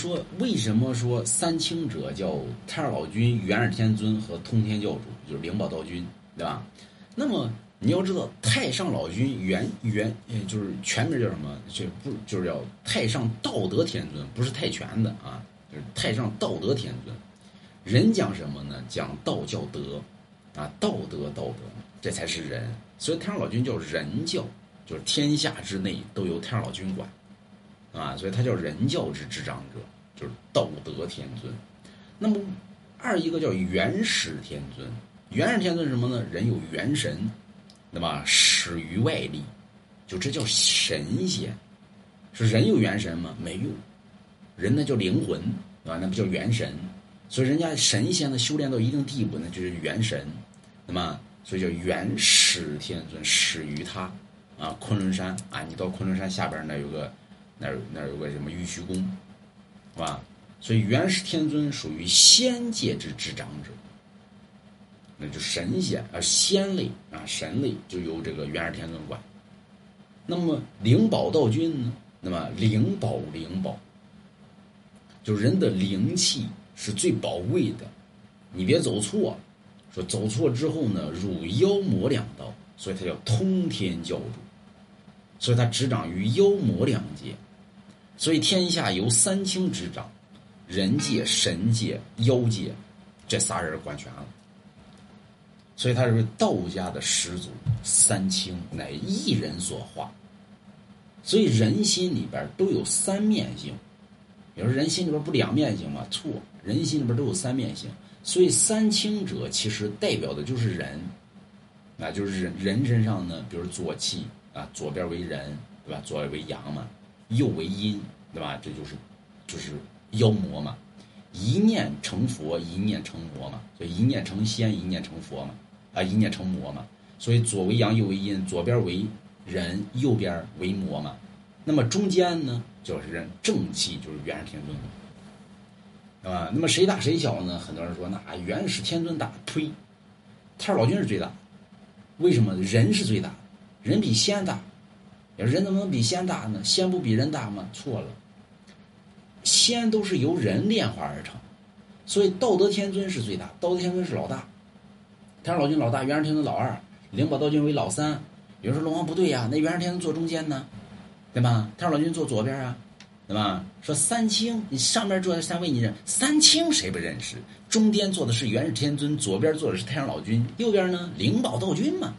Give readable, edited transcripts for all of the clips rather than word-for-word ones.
说为什么说三清者叫太上老君、元始天尊和通天教主，就是灵宝道君，对吧？那么你要知道，太上老君就是全名叫什么？就是叫太上道德天尊，不是太玄的啊，就是太上道德天尊。人讲什么呢？讲道教德啊，道德，这才是人。所以太上老君叫人教，就是天下之内都由太上老君管啊，所以他叫人教之执掌者，就是道德天尊。那么二一个叫元始天尊，元始天尊是什么呢？人有元神，对吧？始于外力，就这叫神仙。是人有元神吗？没有，人那叫灵魂，对吧？那不叫元神。所以人家神仙呢修炼到一定地步呢，就是元神，那么所以叫元始天尊，始于他啊，昆仑山啊，你到昆仑山下边那有个什么玉虚宫，是吧？所以元始天尊属于仙界之执掌者，那就神仙啊，仙类啊，神类就由这个元始天尊管。那么灵宝道君呢？那么灵宝，就人的灵气是最宝贵的，你别走错。说走错之后呢，入妖魔两道，所以他叫通天教主，所以他执掌于妖魔两界。所以天下由三清执掌，人界、神界、妖界，这仨人管全了。所以他是道家的始祖，三清乃一人所化。所以人心里边都有三面性。有时候人心里边不两面性吗？错，人心里边都有三面性。所以三清者其实代表的就是人，啊，就是人身上呢，比如左气啊，左边为人，对吧？左边为阳嘛，右为阴，对吧？这就是妖魔嘛。一念成佛，一念成魔嘛，所以一念成仙，一念成佛嘛，啊，一念成魔嘛。所以左为阳，右为阴，左边为人，右边为魔嘛。那么中间呢，就是人正气，就是元始天尊。啊，那么谁大谁小呢？很多人说那元始天尊大，呸，太上老君是最大。为什么？人是最大，人比仙大。人怎么能比仙大呢？仙不比人大吗？错了，仙都是由人炼化而成，所以道德天尊是最大，道德天尊是老大，太上老君老大，元始天尊老二，灵宝道君为老三。有人说龙王不对呀，那元始天尊坐中间呢，对吧？太上老君坐左边啊。对吧？说三清，你上边坐的三位你认，三清谁不认识？中间坐的是元始天尊，左边坐的是太上老君，右边呢灵宝道君嘛。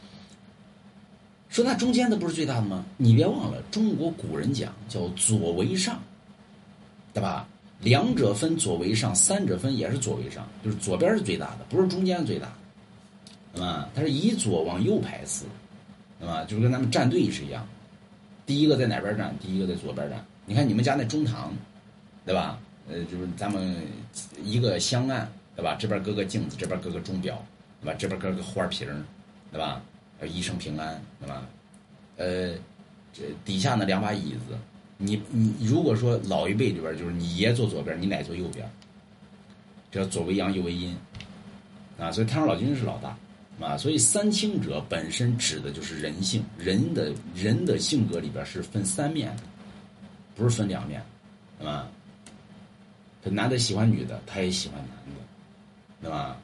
说那中间的不是最大的吗？你别忘了，中国古人讲叫左为上，对吧？两者分左为上，三者分也是左为上，就是左边是最大的，不是中间最大的，对吧？它是以左往右排次，对吧？就是跟咱们站队是一样，第一个在哪边站，第一个在左边站。你看你们家那中堂，对吧？就是咱们一个香案，对吧？这边搁个镜子，这边搁个钟表，对吧？这边搁个花瓶，对吧？一生平安，对吧？这底下呢两把椅子，你如果说老一辈里边就是你爷坐左边，你奶坐右边，这叫左为阳，右为阴，啊，所以太上老君是老大。啊，所以三清者本身指的就是人性，人的性格里边是分三面的。不是分两面，对吧？这男的喜欢女的，他也喜欢男的，对吧？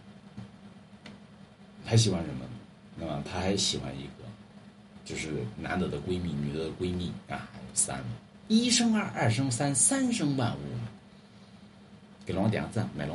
还喜欢什么？对吧？他还喜欢一个，就是男的的闺蜜，女的的闺蜜啊，三，一生二，二生三，三生万物。给龙王点个赞，买龙。